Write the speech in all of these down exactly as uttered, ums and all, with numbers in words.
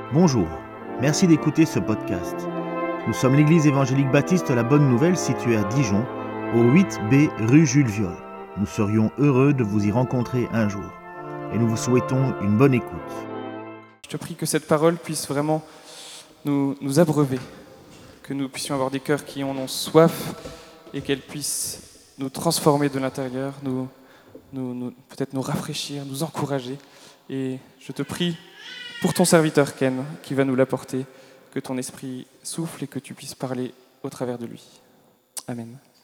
Bonjour, merci d'écouter ce podcast. Nous sommes l'église évangélique baptiste La Bonne Nouvelle située à Dijon, au huit B rue Jules Viol. Nous serions heureux de vous y rencontrer un jour et nous vous souhaitons une bonne écoute. Je te prie que cette parole puisse vraiment nous, nous abreuver, que nous puissions avoir des cœurs qui en ont soif et qu'elle puisse nous transformer de l'intérieur, nous, nous, nous, peut-être nous rafraîchir, nous encourager. Et je te prie pour ton serviteur Ken qui va nous l'apporter, que ton esprit souffle et que tu puisses parler au travers de lui. Amen.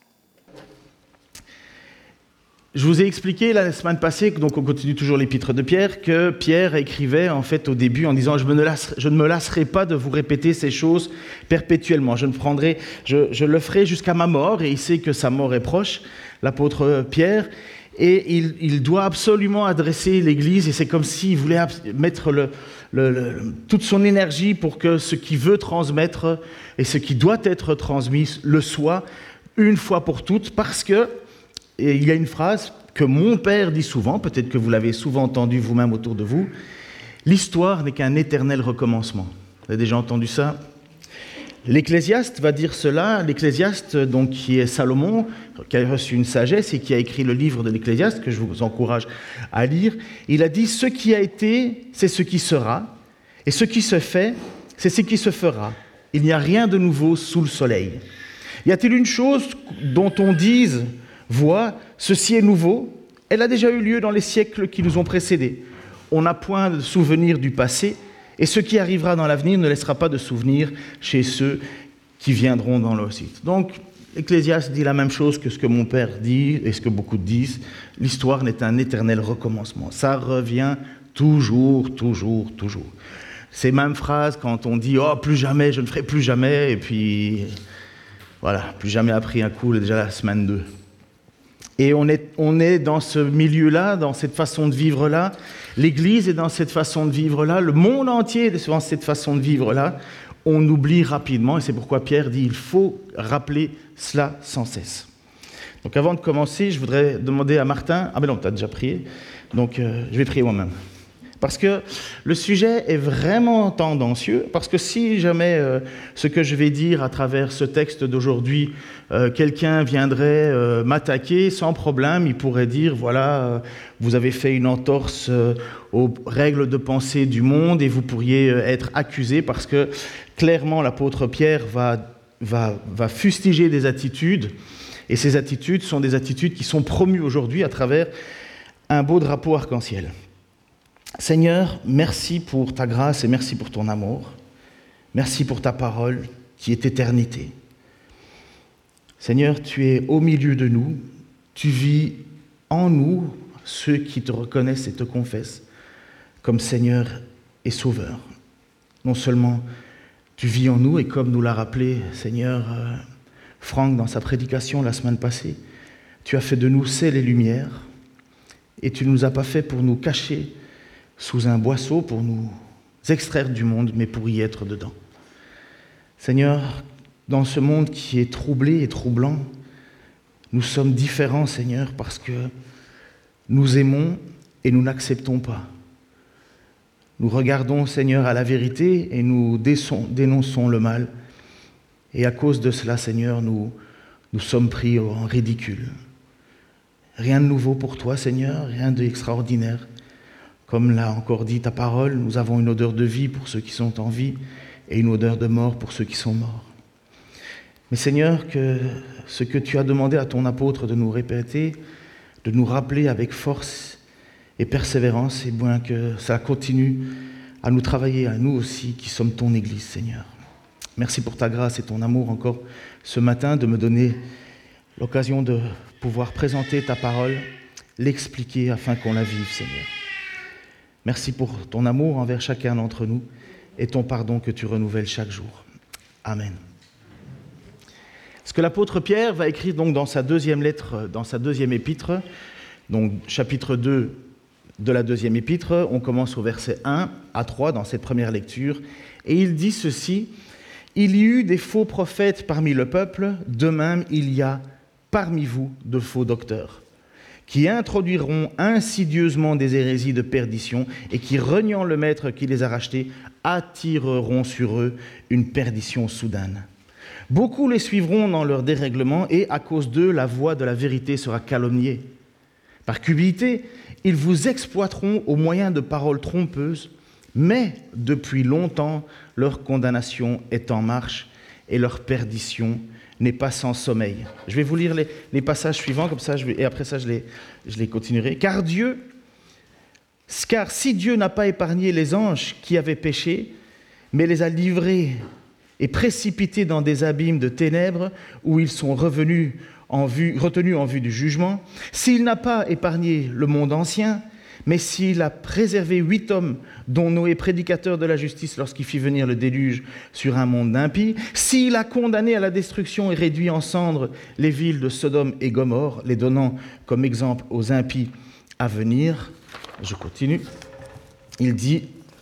Je vous ai expliqué la semaine passée, donc on continue toujours l'épître de Pierre, que Pierre écrivait en fait au début en disant « Je, me lasserai, je ne me lasserai pas de vous répéter ces choses perpétuellement. Je, ne prendrai, je, je le ferai jusqu'à ma mort. » Et il sait que sa mort est proche, l'apôtre Pierre. Et il, il doit absolument adresser l'Église, et c'est comme s'il voulait mettre le, le, le, toute son énergie pour que ce qu'il veut transmettre et ce qui doit être transmis le soit une fois pour toutes, parce que et il y a une phrase que mon père dit souvent, peut-être que vous l'avez souvent entendu vous-même autour de vous, l'histoire n'est qu'un éternel recommencement. Vous avez déjà entendu ça ? L'Ecclésiaste va dire cela, l'Ecclésiaste donc, qui est Salomon, qui a reçu une sagesse et qui a écrit le livre de l'Ecclésiaste, que je vous encourage à lire. Il a dit « Ce qui a été, c'est ce qui sera, et ce qui se fait, c'est ce qui se fera. Il n'y a rien de nouveau sous le soleil. » Y a-t-il une chose dont on dise, voit, ceci est nouveau ? Elle a déjà eu lieu dans les siècles qui nous ont précédés. On n'a point de souvenir du passé, et ce qui arrivera dans l'avenir ne laissera pas de souvenir chez ceux qui viendront dans le site. Donc, l'Ecclésiaste dit la même chose que ce que mon père dit et ce que beaucoup disent. L'histoire n'est un éternel recommencement. Ça revient toujours, toujours, toujours. Ces mêmes phrases quand on dit « Oh, plus jamais, je ne ferai plus jamais », et puis, voilà, plus jamais a pris un coup, déjà la semaine deux. Et on est, on est dans ce milieu-là, dans cette façon de vivre-là. L'Église est dans cette façon de vivre-là. Le monde entier est dans cette façon de vivre-là. On oublie rapidement, et c'est pourquoi Pierre dit « il faut rappeler cela sans cesse ». Donc avant de commencer, je voudrais demander à Martin... Ah ben non, tu as déjà prié, donc euh, je vais prier moi-même. Parce que le sujet est vraiment tendancieux, parce que si jamais euh, ce que je vais dire à travers ce texte d'aujourd'hui, euh, quelqu'un viendrait euh, m'attaquer sans problème, il pourrait dire, voilà, euh, vous avez fait une entorse euh, aux règles de pensée du monde et vous pourriez euh, être accusé parce que clairement l'apôtre Pierre va, va, va fustiger des attitudes, et ces attitudes sont des attitudes qui sont promues aujourd'hui à travers un beau drapeau arc-en-ciel. Seigneur, merci pour ta grâce et merci pour ton amour. Merci pour ta parole qui est éternité. Seigneur, tu es au milieu de nous. Tu vis en nous, ceux qui te reconnaissent et te confessent comme Seigneur et Sauveur. Non seulement tu vis en nous, et comme nous l'a rappelé Seigneur euh, Franck dans sa prédication la semaine passée, tu as fait de nous sel et lumière, et tu ne nous as pas fait pour nous cacher sous un boisseau pour nous extraire du monde, mais pour y être dedans. Seigneur, dans ce monde qui est troublé et troublant, nous sommes différents, Seigneur, parce que nous aimons et nous n'acceptons pas. Nous regardons, Seigneur, à la vérité et nous dénonçons le mal. Et à cause de cela, Seigneur, nous, nous sommes pris en ridicule. Rien de nouveau pour toi, Seigneur, rien d'extraordinaire. Comme l'a encore dit ta parole, nous avons une odeur de vie pour ceux qui sont en vie et une odeur de mort pour ceux qui sont morts. Mais Seigneur, que ce que tu as demandé à ton apôtre de nous répéter, de nous rappeler avec force et persévérance, et bien que ça continue à nous travailler, à nous aussi qui sommes ton Église, Seigneur. Merci pour ta grâce et ton amour encore ce matin, de me donner l'occasion de pouvoir présenter ta parole, l'expliquer afin qu'on la vive, Seigneur. Merci pour ton amour envers chacun d'entre nous et ton pardon que tu renouvelles chaque jour. Amen. Ce que l'apôtre Pierre va écrire donc dans sa deuxième lettre, dans sa deuxième épître, donc chapitre deux de la deuxième épître, on commence au verset un à trois dans cette première lecture, et il dit ceci : « Il y eut des faux prophètes parmi le peuple, de même il y a parmi vous de faux docteurs, qui introduiront insidieusement des hérésies de perdition et qui, reniant le maître qui les a rachetés, attireront sur eux une perdition soudaine. Beaucoup les suivront dans leur dérèglement et, à cause d'eux, la voix de la vérité sera calomniée. Par cupidité, ils vous exploiteront au moyen de paroles trompeuses, mais depuis longtemps, leur condamnation est en marche et leur perdition n'est pas sans sommeil. Je vais vous lire les, les passages suivants, comme ça, je vais, et après ça, je les, je les continuerai. Car Dieu, car si Dieu n'a pas épargné les anges qui avaient péché, mais les a livrés et précipités dans des abîmes de ténèbres où ils sont revenus en vue, retenus en vue du jugement, s'il n'a pas épargné le monde ancien, mais s'il a préservé huit hommes, dont Noé, prédicateur de la justice, lorsqu'il fit venir le déluge sur un monde d'impies, s'il a condamné à la destruction et réduit en cendres les villes de Sodome et Gomorrhe, les donnant comme exemple aux impies à venir, je continue, il dit,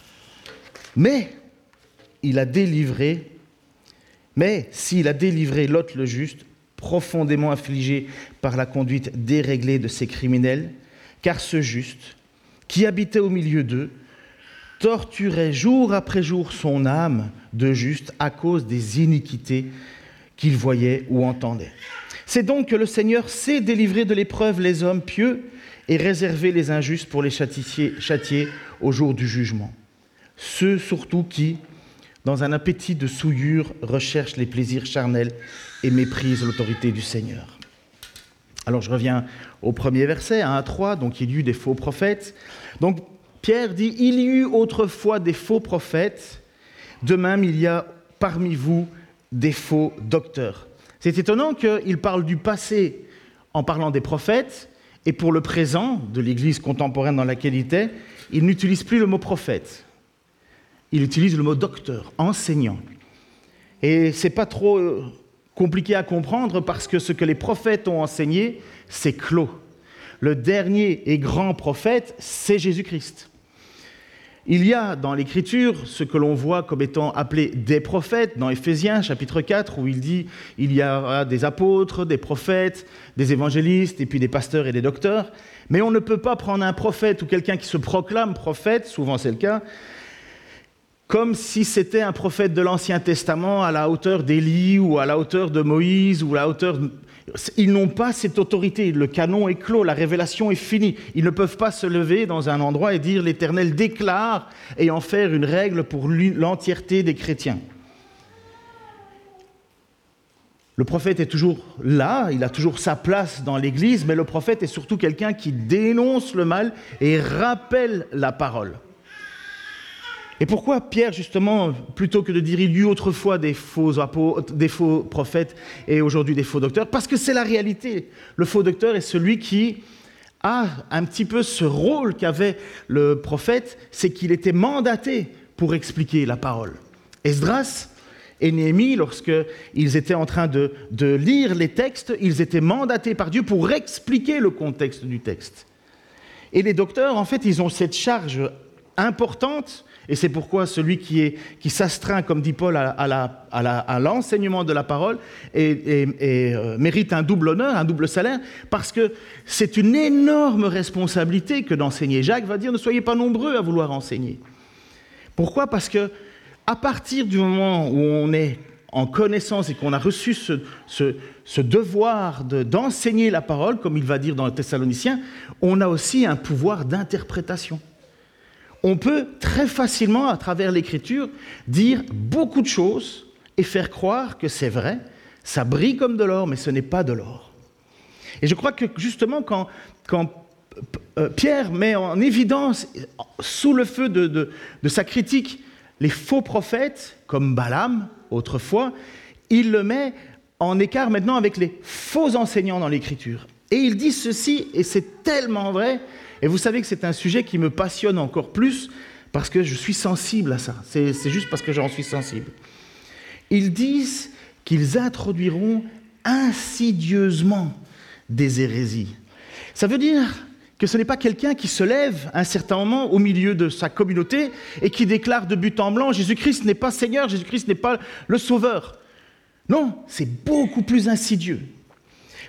mais il a délivré, mais s'il a délivré Lot le juste, profondément affligé par la conduite déréglée de ces criminels, car ce juste, qui habitait au milieu d'eux, torturait jour après jour son âme de juste à cause des iniquités qu'il voyait ou entendait. C'est donc que le Seigneur sait délivrer de l'épreuve les hommes pieux et réserver les injustes pour les châtier, châtier au jour du jugement. Ceux surtout qui, dans un appétit de souillure, recherchent les plaisirs charnels et méprisent l'autorité du Seigneur. Alors je reviens au premier verset, un à trois, donc il y eut des faux prophètes. Donc Pierre dit, il y eut autrefois des faux prophètes, de même il y a parmi vous des faux docteurs. C'est étonnant qu'il parle du passé en parlant des prophètes, et pour le présent de l'Église contemporaine dans laquelle il était, il n'utilise plus le mot prophète. Il utilise le mot docteur, enseignant. Et ce n'est pas trop compliqué à comprendre parce que ce que les prophètes ont enseigné, c'est clos. Le dernier et grand prophète, c'est Jésus-Christ. Il y a dans l'Écriture ce que l'on voit comme étant appelé des prophètes, dans Éphésiens chapitre quatre, où il dit il y aura des apôtres, des prophètes, des évangélistes, et puis des pasteurs et des docteurs. Mais on ne peut pas prendre un prophète ou quelqu'un qui se proclame prophète, souvent c'est le cas, comme si c'était un prophète de l'Ancien Testament à la hauteur d'Élie ou à la hauteur de Moïse ou à la hauteur... De... Ils n'ont pas cette autorité. Le canon est clos, la révélation est finie. Ils ne peuvent pas se lever dans un endroit et dire « l'Éternel déclare » et en faire une règle pour l'entièreté des chrétiens. Le prophète est toujours là, il a toujours sa place dans l'Église, mais le prophète est surtout quelqu'un qui dénonce le mal et rappelle la parole. Et pourquoi Pierre, justement, plutôt que de dire « il y eut autrefois des faux, apôtres, des faux prophètes et aujourd'hui des faux docteurs », parce que c'est la réalité. Le faux docteur est celui qui a un petit peu ce rôle qu'avait le prophète, c'est qu'il était mandaté pour expliquer la parole. Esdras et Néhémie, lorsqu'ils étaient en train de, de lire les textes, ils étaient mandatés par Dieu pour expliquer le contexte du texte. Et les docteurs, en fait, ils ont cette charge importante. Et c'est pourquoi celui qui, est, qui s'astreint, comme dit Paul, à, à, la, à, la, à l'enseignement de la parole et, et, et euh, mérite un double honneur, un double salaire, parce que c'est une énorme responsabilité que d'enseigner. Jacques va dire, ne soyez pas nombreux à vouloir enseigner. Pourquoi ? Parce que à partir du moment où on est en connaissance et qu'on a reçu ce, ce, ce devoir de, d'enseigner la parole, comme il va dire dans le Thessaloniciens, on a aussi un pouvoir d'interprétation. On peut très facilement, à travers l'Écriture, dire beaucoup de choses et faire croire que c'est vrai, ça brille comme de l'or, mais ce n'est pas de l'or. Et je crois que justement, quand, quand Pierre met en évidence, sous le feu de, de, de sa critique, les faux prophètes, comme Balaam, autrefois, il le met en écart maintenant avec les faux enseignants dans l'Écriture. Et il dit ceci, et c'est tellement vrai. Et vous savez que c'est un sujet qui me passionne encore plus parce que je suis sensible à ça. C'est, c'est juste parce que j'en suis sensible. Ils disent qu'ils introduiront insidieusement des hérésies. Ça veut dire que ce n'est pas quelqu'un qui se lève à un certain moment au milieu de sa communauté et qui déclare de but en blanc « Jésus-Christ n'est pas Seigneur, Jésus-Christ n'est pas le Sauveur ». Non, c'est beaucoup plus insidieux.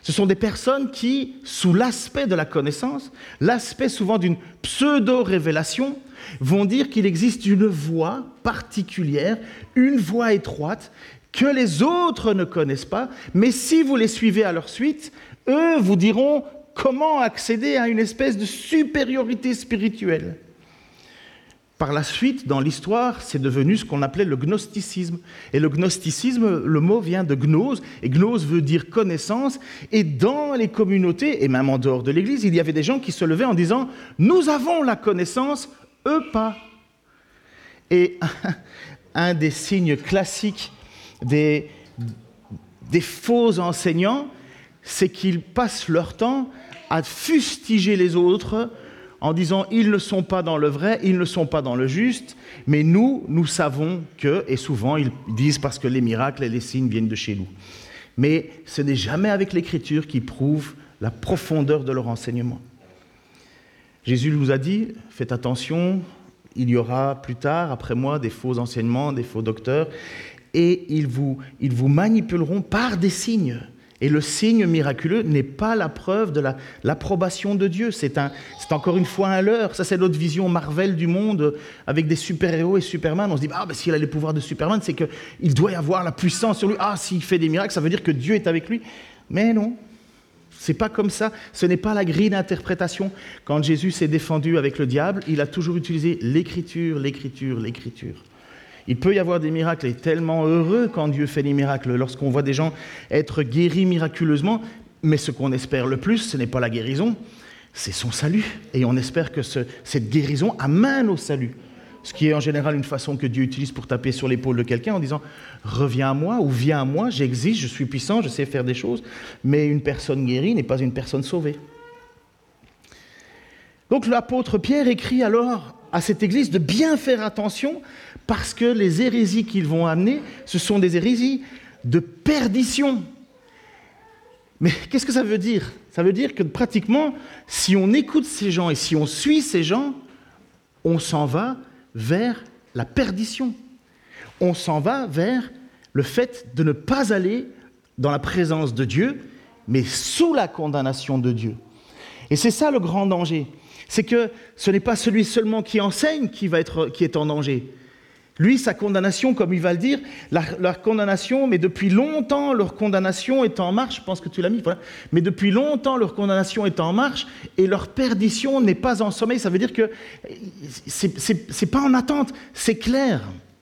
Ce sont des personnes qui, sous l'aspect de la connaissance, l'aspect souvent d'une pseudo-révélation, vont dire qu'il existe une voie particulière, une voie étroite, que les autres ne connaissent pas, mais si vous les suivez à leur suite, eux vous diront comment accéder à une espèce de supériorité spirituelle. Par la suite, dans l'histoire, c'est devenu ce qu'on appelait le gnosticisme. Et le gnosticisme, le mot vient de gnose, et gnose veut dire connaissance. Et dans les communautés, et même en dehors de l'Église, il y avait des gens qui se levaient en disant « Nous avons la connaissance, eux pas ». Et un des signes classiques des, des faux enseignants, c'est qu'ils passent leur temps à fustiger les autres en disant « ils ne sont pas dans le vrai, ils ne sont pas dans le juste, mais nous, nous savons que… » Et souvent, ils disent « parce que les miracles et les signes viennent de chez nous ». Mais ce n'est jamais avec l'Écriture qui prouve la profondeur de leur enseignement. Jésus nous a dit « faites attention, il y aura plus tard, après moi, des faux enseignements, des faux docteurs, et ils vous, ils vous manipuleront par des signes ». Et le signe miraculeux n'est pas la preuve de la, l'approbation de Dieu. C'est, un, c'est encore une fois un leurre. Ça, c'est notre vision Marvel du monde avec des super-héros et Superman. On se dit, ah, ben, s'il a les pouvoirs de Superman, c'est qu'il doit y avoir la puissance sur lui. Ah, s'il fait des miracles, ça veut dire que Dieu est avec lui. Mais non, c'est pas comme ça. Ce n'est pas la grille d'interprétation. Quand Jésus s'est défendu avec le diable, il a toujours utilisé l'écriture, l'écriture, l'écriture. Il peut y avoir des miracles, et tellement heureux quand Dieu fait des miracles, lorsqu'on voit des gens être guéris miraculeusement, mais ce qu'on espère le plus, ce n'est pas la guérison, c'est son salut. Et on espère que ce, cette guérison amène au salut. Ce qui est en général une façon que Dieu utilise pour taper sur l'épaule de quelqu'un en disant « reviens à moi » ou « viens à moi, j'existe, je suis puissant, je sais faire des choses ». Mais une personne guérie n'est pas une personne sauvée. Donc l'apôtre Pierre écrit alors à cette église de bien faire attention parce que les hérésies qu'ils vont amener, ce sont des hérésies de perdition. Mais qu'est-ce que ça veut dire ? Ça veut dire que pratiquement, si on écoute ces gens et si on suit ces gens, on s'en va vers la perdition. On s'en va vers le fait de ne pas aller dans la présence de Dieu, mais sous la condamnation de Dieu. Et c'est ça le grand danger. C'est que ce n'est pas celui seulement qui enseigne qui, va être, qui est en danger. Lui, sa condamnation, comme il va le dire, la, leur condamnation, mais depuis longtemps, leur condamnation est en marche, je pense que tu l'as mis, voilà. Mais depuis longtemps, leur condamnation est en marche et leur perdition n'est pas en sommeil. Ça veut dire que c'est, c'est, c'est pas en attente, c'est clair.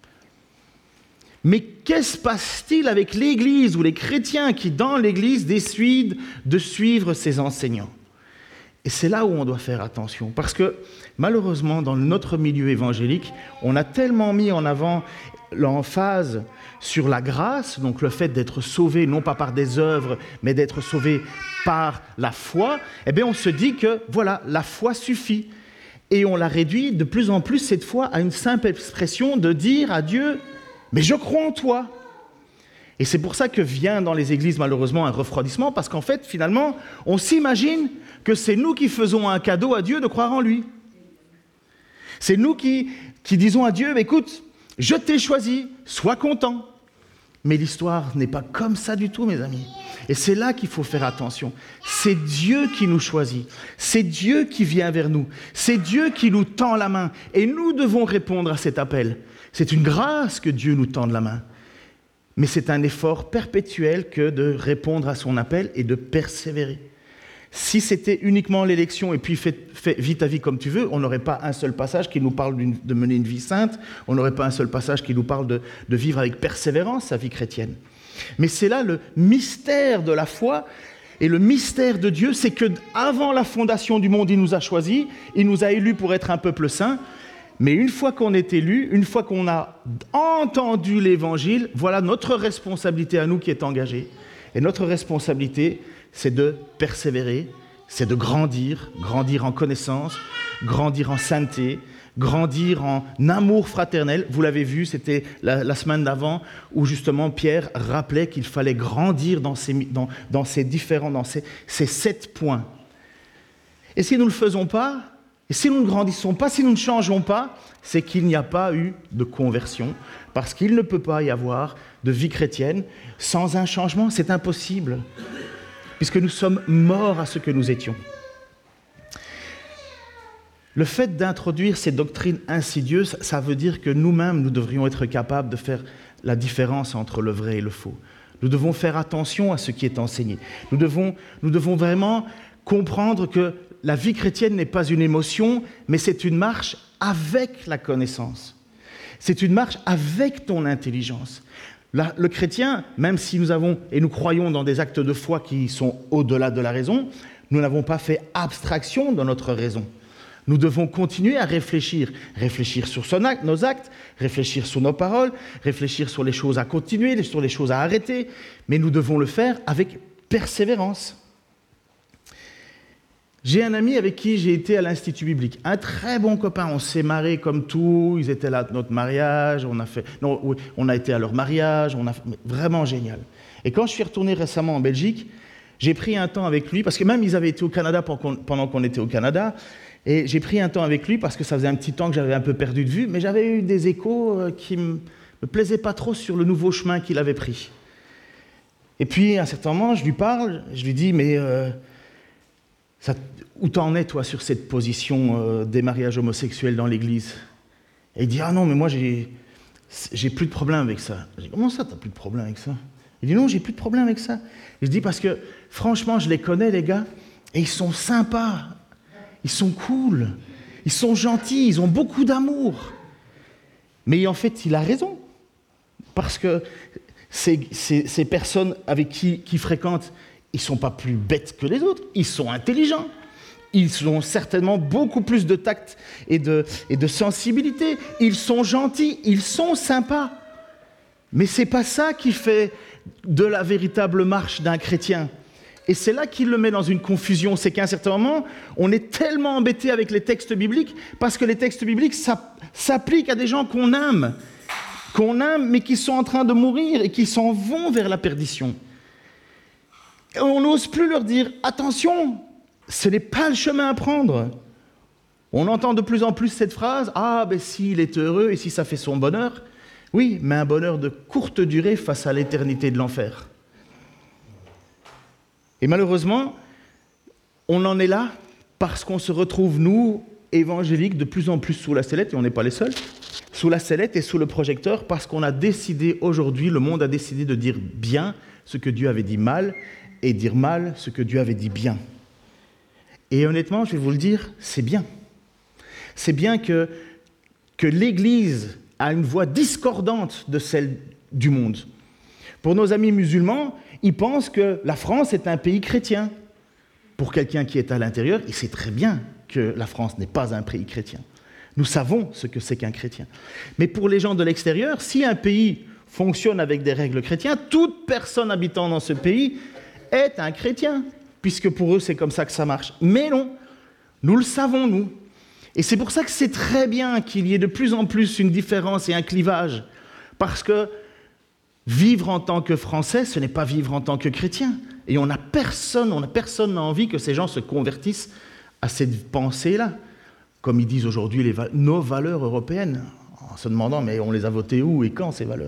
Mais qu'est-ce qui se passe-t-il avec l'Église ou les chrétiens qui, dans l'Église, décident de suivre ces enseignants ? Et c'est là où on doit faire attention, parce que malheureusement, dans notre milieu évangélique, on a tellement mis en avant l'emphase sur la grâce, donc le fait d'être sauvé, non pas par des œuvres, mais d'être sauvé par la foi, eh bien on se dit que, voilà, la foi suffit. Et on la réduit de plus en plus, cette foi, à une simple expression de dire à Dieu « mais je crois en toi ». Et c'est pour ça que vient dans les églises, malheureusement, un refroidissement, parce qu'en fait, finalement, on s'imagine que c'est nous qui faisons un cadeau à Dieu de croire en lui. C'est nous qui, qui disons à Dieu, écoute, je t'ai choisi, sois content. Mais l'histoire n'est pas comme ça du tout, mes amis. Et c'est là qu'il faut faire attention. C'est Dieu qui nous choisit. C'est Dieu qui vient vers nous. C'est Dieu qui nous tend la main. Et nous devons répondre à cet appel. C'est une grâce que Dieu nous tende la main. Mais c'est un effort perpétuel que de répondre à son appel et de persévérer. Si c'était uniquement l'élection et puis fais, fais, vis ta vie comme tu veux, on n'aurait pas un seul passage qui nous parle de mener une vie sainte, on n'aurait pas un seul passage qui nous parle de, de vivre avec persévérance sa vie chrétienne. Mais c'est là le mystère de la foi et le mystère de Dieu, c'est qu'avant la fondation du monde, il nous a choisis, il nous a élus pour être un peuple saint. Mais une fois qu'on est élu, une fois qu'on a entendu l'Évangile, voilà notre responsabilité à nous qui est engagée. Et notre responsabilité, c'est de persévérer, c'est de grandir, grandir en connaissance, grandir en sainteté, grandir en amour fraternel. Vous l'avez vu, c'était la, la semaine d'avant où justement Pierre rappelait qu'il fallait grandir dans ces, dans, dans ces différents, dans ces, ces sept points. Et si nous ne le faisons pas, et si nous ne grandissons pas, si nous ne changeons pas, c'est qu'il n'y a pas eu de conversion, parce qu'il ne peut pas y avoir de vie chrétienne sans un changement, c'est impossible. puisque nous sommes morts à ce que nous étions. Le fait d'introduire ces doctrines insidieuses, ça veut dire que nous-mêmes, nous devrions être capables de faire la différence entre le vrai et le faux. Nous devons faire attention à ce qui est enseigné. Nous devons, nous devons vraiment comprendre que la vie chrétienne n'est pas une émotion, mais c'est une marche avec la connaissance. C'est une marche avec ton intelligence. La, le chrétien, même si nous avons et nous croyons dans des actes de foi qui sont au-delà de la raison, nous n'avons pas fait abstraction de notre raison. Nous devons continuer à réfléchir, réfléchir sur son acte, nos actes, réfléchir sur nos paroles, réfléchir sur les choses à continuer, sur les choses à arrêter, mais nous devons le faire avec persévérance. J'ai un ami avec qui j'ai été à l'Institut biblique, un très bon copain, on s'est marré comme tout, ils étaient là à notre mariage, on a, fait, non, oui, on a été à leur mariage, on a, vraiment génial. Et quand je suis retourné récemment en Belgique, j'ai pris un temps avec lui, parce que même ils avaient été au Canada pendant qu'on était au Canada, et j'ai pris un temps avec lui parce que ça faisait un petit temps que j'avais un peu perdu de vue, mais j'avais eu des échos qui ne me plaisaient pas trop sur le nouveau chemin qu'il avait pris. Et puis, à un certain moment, je lui parle, je lui dis, mais euh, ça, où t'en es, toi, sur cette position euh, des mariages homosexuels dans l'Église ? Et il dit, ah non, mais moi, j'ai, j'ai plus de problème avec ça. Je dis, comment ça, t'as plus de problème avec ça ? Il dit, non, j'ai plus de problème avec ça. Et je dis, parce que, franchement, je les connais, les gars, et ils sont sympas. Ils sont cool, ils sont gentils, ils ont beaucoup d'amour. Mais en fait, il a raison. Parce que ces, ces, ces personnes avec qui ils fréquentent, ils ne sont pas plus bêtes que les autres, ils sont intelligents. Ils ont certainement beaucoup plus de tact et de, et de sensibilité. Ils sont gentils, ils sont sympas. Mais ce n'est pas ça qui fait de la véritable marche d'un chrétien. Et c'est là qu'il le met dans une confusion, c'est qu'à un certain moment, on est tellement embêté avec les textes bibliques, parce que les textes bibliques s'appliquent à des gens qu'on aime, qu'on aime, mais qui sont en train de mourir et qui s'en vont vers la perdition. Et on n'ose plus leur dire, attention, ce n'est pas le chemin à prendre. On entend de plus en plus cette phrase, ah ben s'il est heureux et si ça fait son bonheur, oui, mais un bonheur de courte durée face à l'éternité de l'enfer. Et malheureusement, on en est là parce qu'on se retrouve, nous, évangéliques, de plus en plus sous la sellette, et on n'est pas les seuls, sous la sellette et sous le projecteur, parce qu'on a décidé aujourd'hui, le monde a décidé de dire bien ce que Dieu avait dit mal, et dire mal ce que Dieu avait dit bien. Et honnêtement, je vais vous le dire, c'est bien. C'est bien que, que l'Église a une voix discordante de celle du monde. Pour nos amis musulmans, ils pensent que la France est un pays chrétien. Pour quelqu'un qui est à l'intérieur, il sait très bien que la France n'est pas un pays chrétien. Nous savons ce que c'est qu'un chrétien. Mais pour les gens de l'extérieur, si un pays fonctionne avec des règles chrétiennes, toute personne habitant dans ce pays est un chrétien, puisque pour eux, c'est comme ça que ça marche. Mais non, nous le savons, nous. Et c'est pour ça que c'est très bien qu'il y ait de plus en plus une différence et un clivage, parce que vivre en tant que Français, ce n'est pas vivre en tant que chrétien. Et on n'a personne, on a personne n'a envie que ces gens se convertissent à cette pensée-là. Comme ils disent aujourd'hui, les va- nos valeurs européennes, en se demandant, mais on les a votées où et quand, ces valeurs ?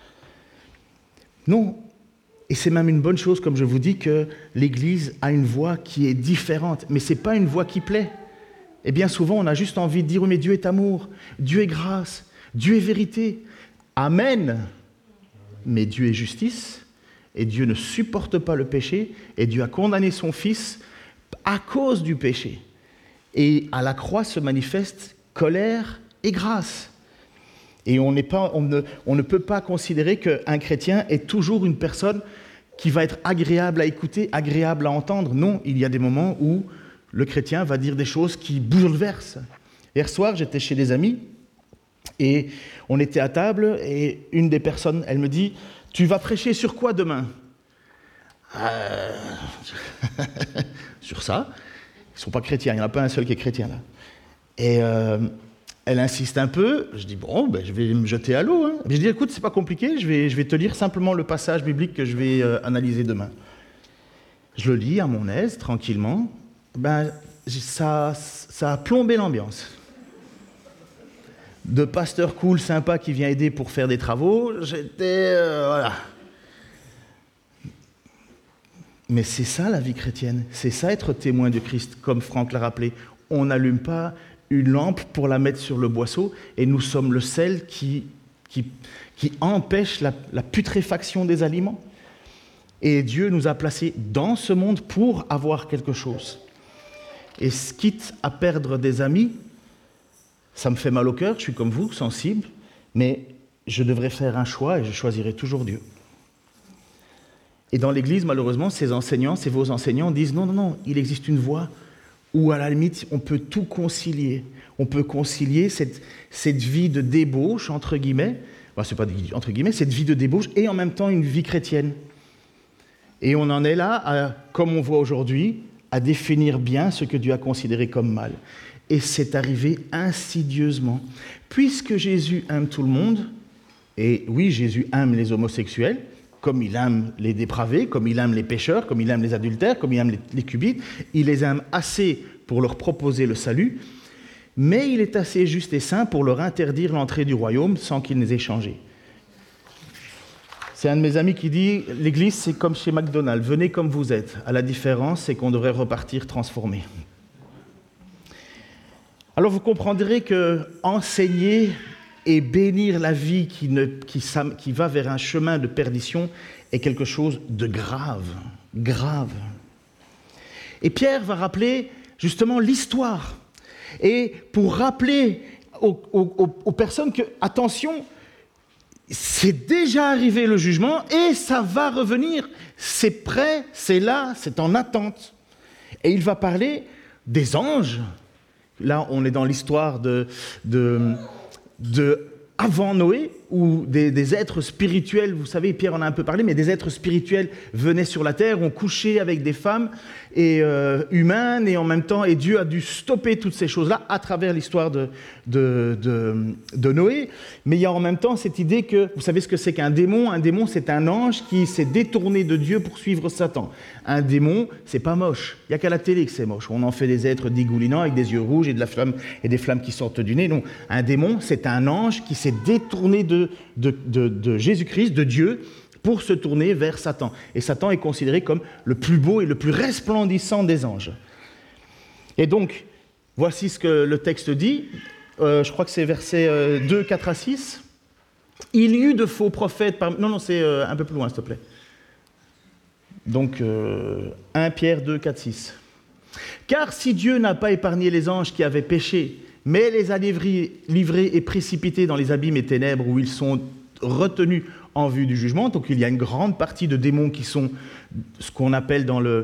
Non. Et c'est même une bonne chose, comme je vous dis, que l'Église a une voix qui est différente. Mais ce n'est pas une voix qui plaît. Et bien souvent, on a juste envie de dire, oui, mais Dieu est amour, Dieu est grâce, Dieu est vérité. Amen. Mais Dieu est justice, et Dieu ne supporte pas le péché, et Dieu a condamné son Fils à cause du péché. Et à la croix se manifeste colère et grâce. Et on, n'est pas, on, ne, on ne peut pas considérer qu'un chrétien est toujours une personne qui va être agréable à écouter, agréable à entendre. Non, il y a des moments où le chrétien va dire des choses qui bouleversent. Hier soir, j'étais chez des amis, et on était à table, et une des personnes, elle me dit « Tu vas prêcher sur quoi demain ?» euh... Sur ça. Ils ne sont pas chrétiens, il n'y en a pas un seul qui est chrétien là. Et euh, elle insiste un peu, je dis « Bon, ben, je vais me jeter à l'eau. Hein. » Je dis « Écoute, c'est pas compliqué, je vais, je vais te lire simplement le passage biblique que je vais euh, analyser demain. » Je le lis à mon aise, tranquillement. Ben, ça, ça a plombé l'ambiance. De pasteur cool, sympa, qui vient aider pour faire des travaux, j'étais... Euh, voilà. Mais c'est ça la vie chrétienne, c'est ça être témoin de Christ, comme Franck l'a rappelé. On n'allume pas une lampe pour la mettre sur le boisseau, et nous sommes le sel qui, qui, qui empêche la, la putréfaction des aliments. Et Dieu nous a placés dans ce monde pour avoir quelque chose. Et quitte à perdre des amis, ça me fait mal au cœur, je suis comme vous, sensible, mais je devrais faire un choix et je choisirai toujours Dieu. Et dans l'Église, malheureusement, ces enseignants, ces vos enseignants disent non, non, non, il existe une voie où à la limite, on peut tout concilier. On peut concilier cette, cette vie de débauche, entre guillemets, enfin, c'est pas entre guillemets, cette vie de débauche et en même temps une vie chrétienne. Et on en est là, à, comme on voit aujourd'hui, à définir bien ce que Dieu a considéré comme mal. Et c'est arrivé insidieusement. Puisque Jésus aime tout le monde, et oui, Jésus aime les homosexuels, comme il aime les dépravés, comme il aime les pécheurs, comme il aime les adultères, comme il aime les, les cubites, il les aime assez pour leur proposer le salut, mais il est assez juste et saint pour leur interdire l'entrée du royaume sans qu'ils n'aient changé. C'est un de mes amis qui dit « L'Église, c'est comme chez McDonald's, venez comme vous êtes. À la différence, c'est qu'on devrait repartir transformé. » Alors vous comprendrez que enseigner et bénir la vie qui, ne, qui, qui va vers un chemin de perdition est quelque chose de grave, grave. Et Pierre va rappeler justement l'histoire. Et pour rappeler aux, aux, aux personnes que, attention, c'est déjà arrivé le jugement et ça va revenir. C'est prêt, c'est là, c'est en attente. Et il va parler des anges. Là, on est dans l'histoire de, de, de avant Noé, où des, des êtres spirituels, vous savez, Pierre en a un peu parlé, mais des êtres spirituels venaient sur la terre, ont couché avec des femmes et, euh, humaines, et en même temps, et Dieu a dû stopper toutes ces choses-là à travers l'histoire de, de, de, de Noé. Mais il y a en même temps cette idée que, vous savez ce que c'est qu'un démon ? Un démon, c'est un ange qui s'est détourné de Dieu pour suivre Satan. Un démon, c'est pas moche. Il n'y a qu'à la télé que c'est moche. On en fait des êtres dégoulinants avec des yeux rouges et, de la flamme, et des flammes qui sortent du nez. Non, un démon, c'est un ange qui s'est détourné de, de, de, de Jésus-Christ, de Dieu, pour se tourner vers Satan. Et Satan est considéré comme le plus beau et le plus resplendissant des anges. Et donc, voici ce que le texte dit. Euh, je crois que c'est versets euh, deux, quatre à six. Il y eut de faux prophètes parmi... Non, non, c'est euh, un peu plus loin, s'il te plaît. Donc, euh, un Pierre deux, quatre, six. Car si Dieu n'a pas épargné les anges qui avaient péché, mais les a livrés, livrés et précipités dans les abîmes et ténèbres où ils sont retenus en vue du jugement, donc il y a une grande partie de démons qui sont ce qu'on appelle dans le,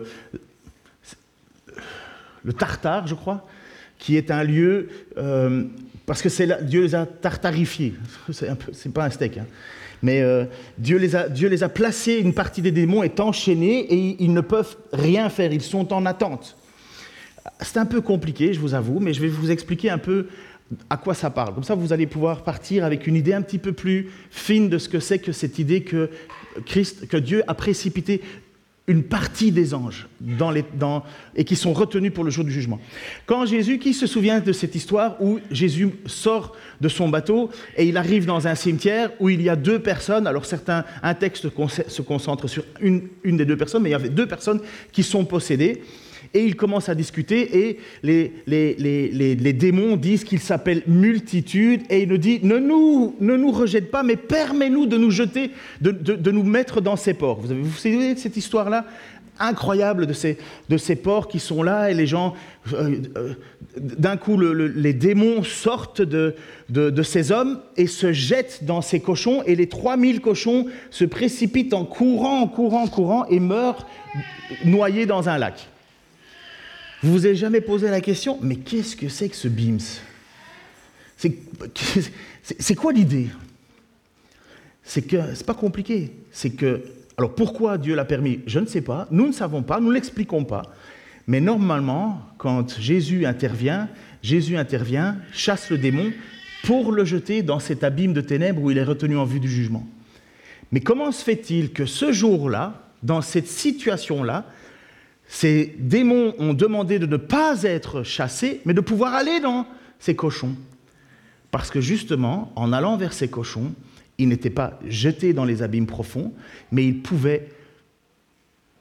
le Tartare, je crois, qui est un lieu, euh, parce que c'est là, Dieu les a tartarifiés, c'est, un peu, c'est pas un steak, hein. Mais euh, Dieu, les a, Dieu les a placés, une partie des démons est enchaînée et ils ne peuvent rien faire, ils sont en attente. C'est un peu compliqué, je vous avoue, mais je vais vous expliquer un peu à quoi ça parle. Comme ça, vous allez pouvoir partir avec une idée un petit peu plus fine de ce que c'est que cette idée que Christ, que Dieu a précipité une partie des anges dans les, dans, et qui sont retenus pour le jour du jugement. Quand Jésus, qui se souvient de cette histoire où Jésus sort de son bateau et il arrive dans un cimetière où il y a deux personnes, alors certains, un texte se concentre sur une, une des deux personnes, mais il y avait deux personnes qui sont possédées. Et ils commencent à discuter et les, les, les, les, les démons disent qu'il s'appelle multitude et il nous dit ne nous, ne nous rejette pas mais permets-nous de nous jeter, de, de, de nous mettre dans ces ports. Vous avez vous savez cette histoire-là incroyable de ces, de ces porcs qui sont là et les gens, euh, euh, d'un coup le, le, les démons sortent de, de, de ces hommes et se jettent dans ces cochons et les trois mille cochons se précipitent en courant, en courant, en courant et meurent noyés dans un lac. Vous vous avez jamais posé la question, mais qu'est-ce que c'est que ce B I M S ? c'est, c'est, c'est quoi l'idée ? C'est que, c'est pas compliqué. C'est que, alors pourquoi Dieu l'a permis ? Je ne sais pas, nous ne savons pas, nous ne l'expliquons pas. Mais normalement, quand Jésus intervient, Jésus intervient, chasse le démon pour le jeter dans cet abîme de ténèbres où il est retenu en vue du jugement. Mais comment se fait-il que ce jour-là, dans cette situation-là, ces démons ont demandé de ne pas être chassés, mais de pouvoir aller dans ces cochons. Parce que justement, en allant vers ces cochons, ils n'étaient pas jetés dans les abîmes profonds, mais ils pouvaient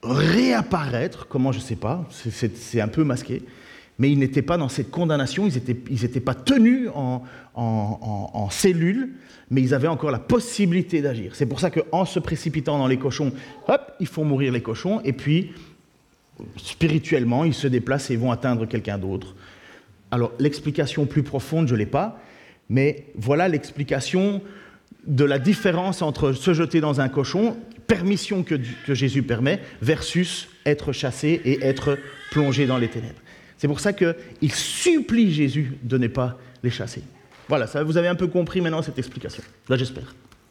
réapparaître, comment je ne sais pas, c'est, c'est, c'est un peu masqué, mais ils n'étaient pas dans cette condamnation, ils n'étaient ils étaient pas tenus en, en, en, en cellules, mais ils avaient encore la possibilité d'agir. C'est pour ça qu'en se précipitant dans les cochons, hop, ils font mourir les cochons, et puis, spirituellement, ils se déplacent et vont atteindre quelqu'un d'autre. Alors, l'explication plus profonde, je ne l'ai pas, mais voilà l'explication de la différence entre se jeter dans un cochon, permission que, que Jésus permet, versus être chassé et être plongé dans les ténèbres. C'est pour ça qu'il supplie Jésus de ne pas les chasser. Voilà, ça, vous avez un peu compris maintenant cette explication. Là, j'espère.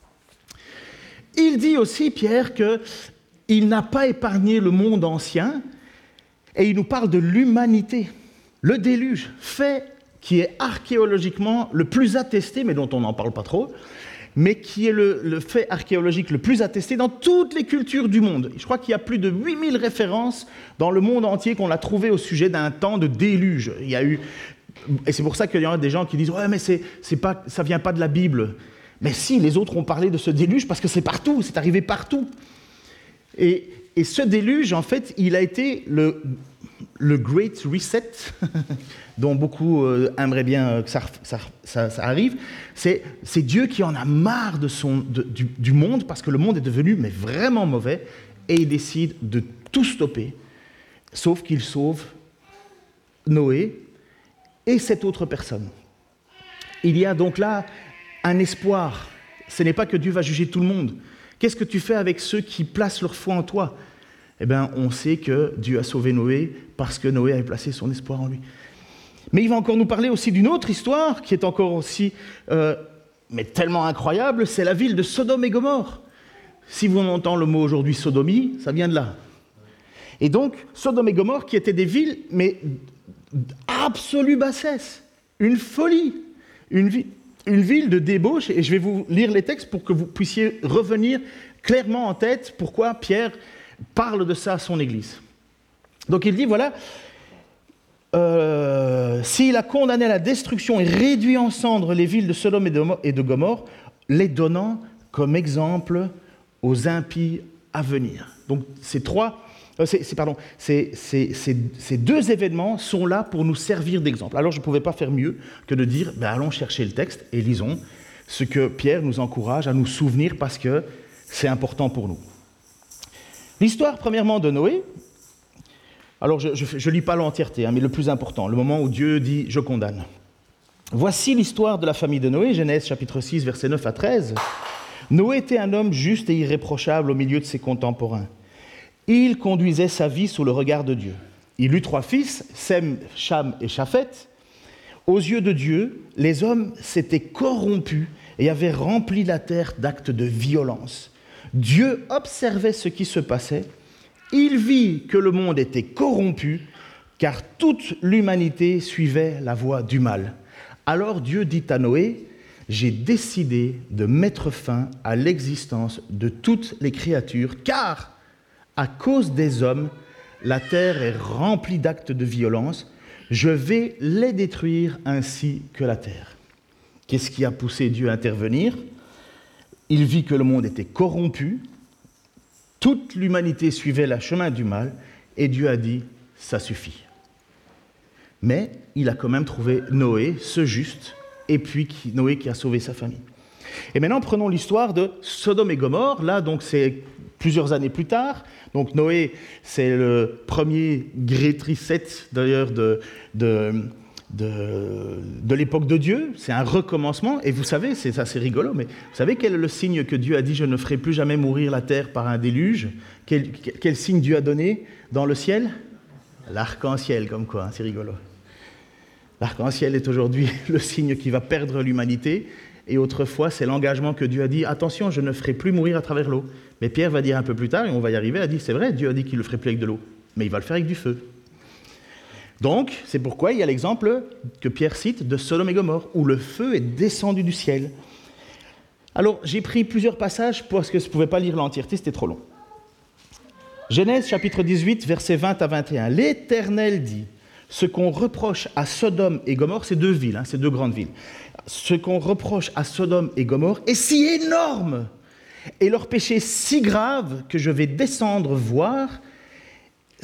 Il dit aussi, Pierre, qu'il n'a pas épargné le monde ancien, et il nous parle de l'humanité. Le déluge, fait qui est archéologiquement le plus attesté, mais dont on n'en parle pas trop, mais qui est le, le fait archéologique le plus attesté dans toutes les cultures du monde. Je crois qu'il y a plus de huit mille références dans le monde entier qu'on a trouvées au sujet d'un temps de déluge. Il y a eu, et c'est pour ça qu'il y a des gens qui disent « Ouais, mais c'est, c'est pas, ça ne vient pas de la Bible ». Mais si, les autres ont parlé de ce déluge parce que c'est partout, c'est arrivé partout. Et, et ce déluge, en fait, il a été le, le Great Reset, dont beaucoup euh, aimeraient bien que ça, ça, ça, ça arrive. C'est, c'est Dieu qui en a marre de son, de, du, du monde, parce que le monde est devenu mais vraiment mauvais, et il décide de tout stopper, sauf qu'il sauve Noé et cette autre personne. Il y a donc là un espoir. Ce n'est pas que Dieu va juger tout le monde. Qu'est-ce que tu fais avec ceux qui placent leur foi en toi ? Eh bien, on sait que Dieu a sauvé Noé parce que Noé avait placé son espoir en lui. Mais il va encore nous parler aussi d'une autre histoire qui est encore aussi, euh, mais tellement incroyable, c'est la ville de Sodome et Gomorrhe. Si vous entendez le mot aujourd'hui sodomie, ça vient de là. Et donc, Sodome et Gomorrhe qui étaient des villes, mais d'absolue bassesse, une folie, une ville. Une ville de débauche, et je vais vous lire les textes pour que vous puissiez revenir clairement en tête pourquoi Pierre parle de ça à son Église. Donc il dit, voilà, euh, s'il a condamné à la destruction et réduit en cendres les villes de Sodome et de Gomorrhe, les donnant comme exemple aux impies à venir. Donc ces trois... Euh, c'est, c'est, pardon, c'est, c'est, c'est, ces deux événements sont là pour nous servir d'exemple. Alors je ne pouvais pas faire mieux que de dire, ben, allons chercher le texte et lisons ce que Pierre nous encourage à nous souvenir parce que c'est important pour nous. L'histoire, premièrement, de Noé. Alors je ne lis pas l'entièreté, hein, mais le plus important, le moment où Dieu dit « je condamne ». Voici l'histoire de la famille de Noé, Genèse chapitre six, versets neuf à treize. Noé était un homme juste et irréprochable au milieu de ses contemporains. Il conduisait sa vie sous le regard de Dieu. Il eut trois fils, Sem, Cham et Japheth. Aux yeux de Dieu, les hommes s'étaient corrompus et avaient rempli la terre d'actes de violence. Dieu observait ce qui se passait. Il vit que le monde était corrompu, car toute l'humanité suivait la voie du mal. Alors Dieu dit à Noé, « J'ai décidé de mettre fin à l'existence de toutes les créatures, car... à cause des hommes, la terre est remplie d'actes de violence. Je vais les détruire ainsi que la terre. » Qu'est-ce qui a poussé Dieu à intervenir ? Il vit que le monde était corrompu, toute l'humanité suivait le chemin du mal, et Dieu a dit « ça suffit ». Mais il a quand même trouvé Noé, ce juste, et puis Noé qui a sauvé sa famille. Et maintenant, prenons l'histoire de Sodome et Gomorrhe. Là, donc, c'est plusieurs années plus tard. Donc, Noé, c'est le premier Great Reset, d'ailleurs, de, de, de, de l'époque de Dieu. C'est un recommencement. Et vous savez, c'est assez rigolo, mais vous savez quel est le signe que Dieu a dit « Je ne ferai plus jamais mourir la terre par un déluge » quel, quel signe Dieu a donné dans le ciel ? L'arc-en-ciel, comme quoi, hein, c'est rigolo. L'arc-en-ciel est aujourd'hui le signe qui va perdre l'humanité. Et autrefois, c'est l'engagement que Dieu a dit « Attention, je ne ferai plus mourir à travers l'eau ». Mais Pierre va dire un peu plus tard, et on va y arriver, il a dit « C'est vrai, Dieu a dit qu'il ne le ferait plus avec de l'eau, mais il va le faire avec du feu ». Donc, c'est pourquoi il y a l'exemple que Pierre cite de Sodome et Gomorrhe, où le feu est descendu du ciel. Alors, j'ai pris plusieurs passages parce que je ne pouvais pas lire l'entièreté, c'était trop long. Genèse chapitre dix-huit, versets vingt à vingt et un. « L'Éternel dit, ce qu'on reproche à Sodome et Gomorrhe, c'est deux villes, hein, c'est deux grandes villes. Ce qu'on reproche à Sodome et Gomorrhe est si énorme et leur péché si grave que je vais descendre voir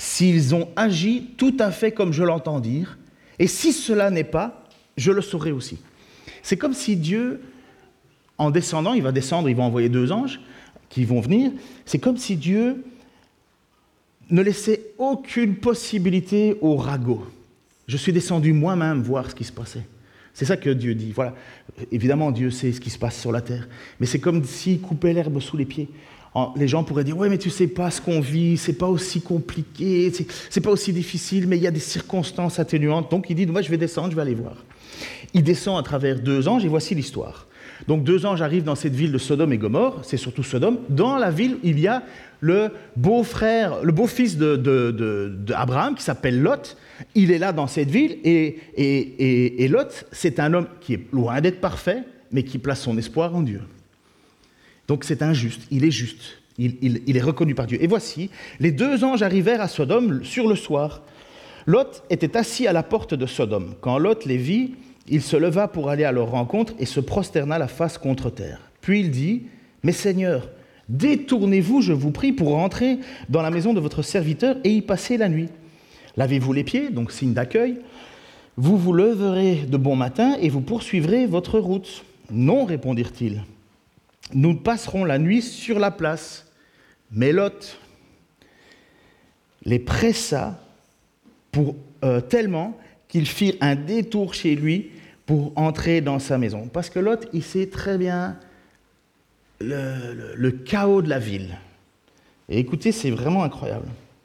s'ils ont agi tout à fait comme je l'entends dire, et si cela n'est pas, je le saurai aussi. C'est comme si Dieu, en descendant, il va descendre, il va envoyer deux anges qui vont venir, c'est comme si Dieu ne laissait aucune possibilité au ragot. Je suis descendu moi-même voir ce qui se passait. C'est ça que Dieu dit. Voilà. Évidemment, Dieu sait ce qui se passe sur la terre, mais c'est comme s'il coupait l'herbe sous les pieds. Les gens pourraient dire « Ouais, mais tu sais pas ce qu'on vit, c'est pas aussi compliqué, c'est, c'est pas aussi difficile, mais il y a des circonstances atténuantes. » Donc il dit « Moi, je vais descendre, je vais aller voir. » Il descend à travers deux anges, et voici l'histoire. Donc deux anges arrivent dans cette ville de Sodome et Gomorrhe, c'est surtout Sodome. Dans la ville, il y a le beau-frère, le beau-fils de, de, de, d'Abraham, qui s'appelle Lot. Il est là dans cette ville, et, et, et, et Lot, c'est un homme qui est loin d'être parfait, mais qui place son espoir en Dieu. Donc c'est injuste, il est juste, il, il, il est reconnu par Dieu. Et voici, les deux anges arrivèrent à Sodome sur le soir. Lot était assis à la porte de Sodome. Quand Lot les vit, il se leva pour aller à leur rencontre et se prosterna la face contre terre. Puis il dit, « Mais Seigneur, détournez-vous, je vous prie, pour rentrer dans la maison de votre serviteur et y passer la nuit. Lavez-vous les pieds, donc signe d'accueil. Vous vous leverez de bon matin et vous poursuivrez votre route. » « Non, répondirent-ils. Nous passerons la nuit sur la place. » Mais Lot les pressa pour, euh, tellement qu'ils firent un détour chez lui pour entrer dans sa maison. Parce que Lot, il sait très bien le, le, le chaos de la ville. Et écoutez, c'est vraiment incroyable.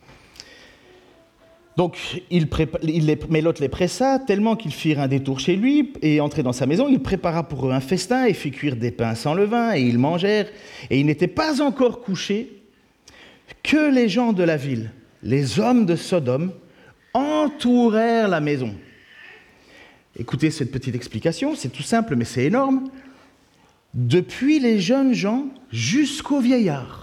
Donc, il prépa- il les, mais Lot les pressa tellement qu'ils firent un détour chez lui et entrés dans sa maison. Il prépara pour eux un festin et fit cuire des pains sans levain et ils mangèrent. Et ils n'étaient pas encore couchés que les gens de la ville, les hommes de Sodome, entourèrent la maison. Écoutez cette petite explication, c'est tout simple mais c'est énorme. Depuis les jeunes gens jusqu'aux vieillards,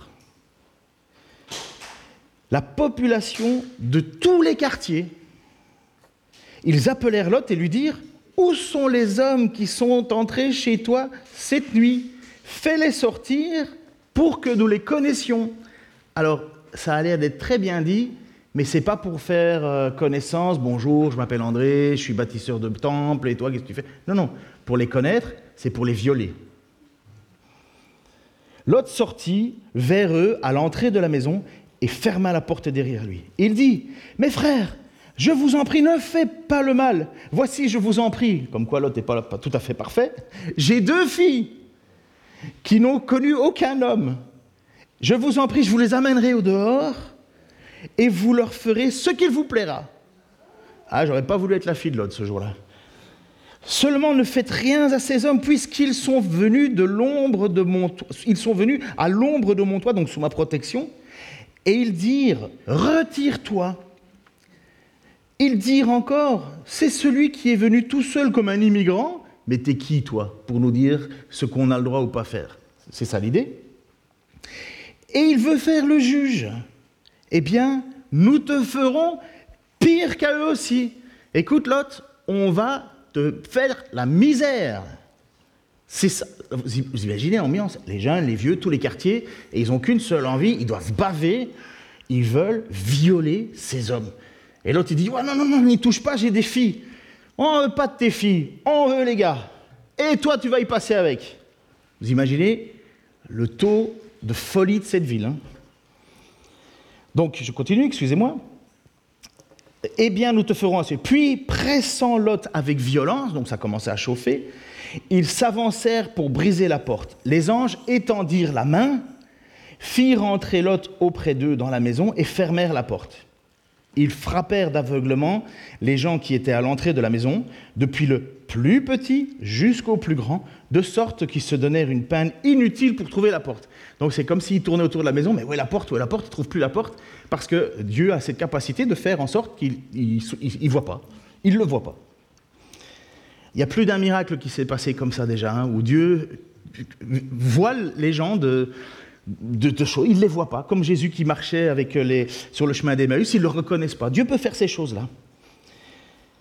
la population de tous les quartiers, ils appelèrent Lot et lui dirent « Où sont les hommes qui sont entrés chez toi cette nuit ? Fais-les sortir pour que nous les connaissions. » Alors, ça a l'air d'être très bien dit, mais ce n'est pas pour faire euh, connaissance. « Bonjour, je m'appelle André, je suis bâtisseur de temple, et toi, qu'est-ce que tu fais ?» Non, non, pour les connaître, c'est pour les violer. Lot sortit vers eux à l'entrée de la maison et ferma la porte derrière lui. Il dit, « Mes frères, je vous en prie, ne faites pas le mal. Voici, je vous en prie. » Comme quoi Lot n'est pas, pas tout à fait parfait. « J'ai deux filles qui n'ont connu aucun homme. Je vous en prie, je vous les amènerai au dehors et vous leur ferez ce qu'il vous plaira. » Ah, j'aurais pas voulu être la fille de Lot ce jour-là. « Seulement ne faites rien à ces hommes, puisqu'ils sont venus de l'ombre de mon toit. Ils sont venus à l'ombre de mon toit, donc sous ma protection. Et ils dirent, retire-toi. Ils dirent encore, c'est celui qui est venu tout seul comme un immigrant. Mais t'es qui, toi, pour nous dire ce qu'on a le droit ou pas faire? C'est ça l'idée. Et il veut faire le juge. Eh bien, nous te ferons pire qu'à eux aussi. Écoute, Lot, on va te faire la misère. C'est ça. Vous imaginez l'ambiance, les jeunes, les vieux, tous les quartiers, et ils n'ont qu'une seule envie, ils doivent baver, ils veulent violer ces hommes. Et l'autre, il dit, ouais, non, non, non, n'y touche pas, j'ai des filles. On ne veut pas de tes filles, on veut les gars. Et toi, tu vas y passer avec. Vous imaginez le taux de folie de cette ville. Hein. Donc, je continue, excusez-moi. Eh bien, nous te ferons ainsi. Puis, pressant Lot avec violence, donc ça commençait à chauffer, ils s'avancèrent pour briser la porte. Les anges étendirent la main, firent entrer Lot auprès d'eux dans la maison et fermèrent la porte. Ils frappèrent d'aveuglement les gens qui étaient à l'entrée de la maison, depuis le plus petit jusqu'au plus grand, de sorte qu'ils se donnèrent une peine inutile pour trouver la porte. Donc c'est comme s'ils tournaient autour de la maison, mais où est la porte, où est la porte, ils ne trouvent plus la porte, parce que Dieu a cette capacité de faire en sorte qu'ils ne voient pas, ils ne le voient pas. Il y a plus d'un miracle qui s'est passé comme ça déjà, hein, où Dieu voit les gens de, de, de choses, il ne les voit pas, comme Jésus qui marchait avec les, sur le chemin d'Emmaüs, ils ne le reconnaissent pas. Dieu peut faire ces choses-là.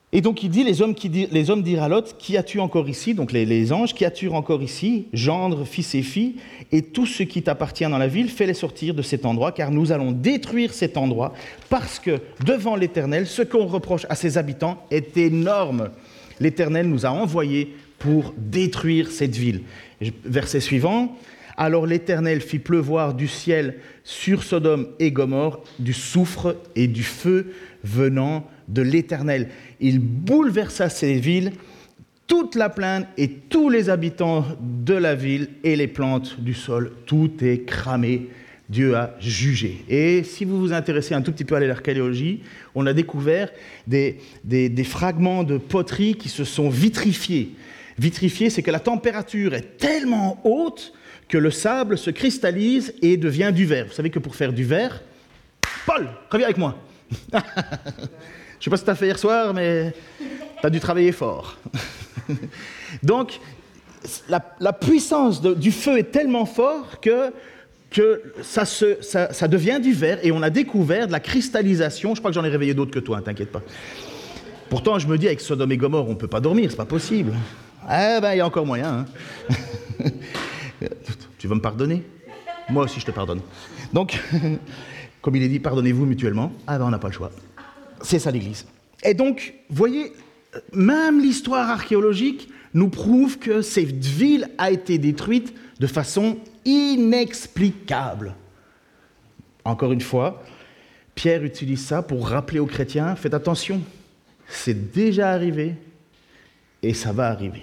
Et donc il dit, les hommes, qui dit, les hommes dirent à Lot, qui as-tu encore ici, donc les, les anges, qui as-tu encore ici, gendre, fils et filles, et tout ce qui t'appartient dans la ville, fais-les sortir de cet endroit, car nous allons détruire cet endroit, parce que devant l'Éternel, ce qu'on reproche à ses habitants est énorme. L'Éternel nous a envoyés pour détruire cette ville. Verset suivant. Alors l'Éternel fit pleuvoir du ciel sur Sodome et Gomorrhe du soufre et du feu venant de l'Éternel. Il bouleversa ces villes, toute la plaine et tous les habitants de la ville et les plantes du sol. Tout est cramé. Dieu a jugé. Et si vous vous intéressez un tout petit peu à l'archéologie, on a découvert des, des, des fragments de poterie qui se sont vitrifiés. Vitrifiés, c'est que la température est tellement haute que le sable se cristallise et devient du verre. Vous savez que pour faire du verre, Paul, reviens avec moi. Je ne sais pas ce que tu as fait hier soir, mais tu as dû travailler fort. Donc, la, la puissance de, du feu est tellement forte que, que ça, se, ça, ça devient du verre, et on a découvert de la cristallisation. Je crois que j'en ai réveillé d'autres que toi, hein, t'inquiète pas. Pourtant, je me dis, avec Sodome et Gomorrhe, on ne peut pas dormir, c'est pas possible. Eh ben, il y a encore moyen. Hein. Tu vas me pardonner ? Moi aussi, je te pardonne. Donc, comme il est dit, pardonnez-vous mutuellement. Ah ben, on n'a pas le choix. C'est ça l'Église. Et donc, vous voyez, même l'histoire archéologique nous prouve que cette ville a été détruite de façon inexplicable. Encore une fois, Pierre utilise ça pour rappeler aux chrétiens, faites attention, c'est déjà arrivé et ça va arriver.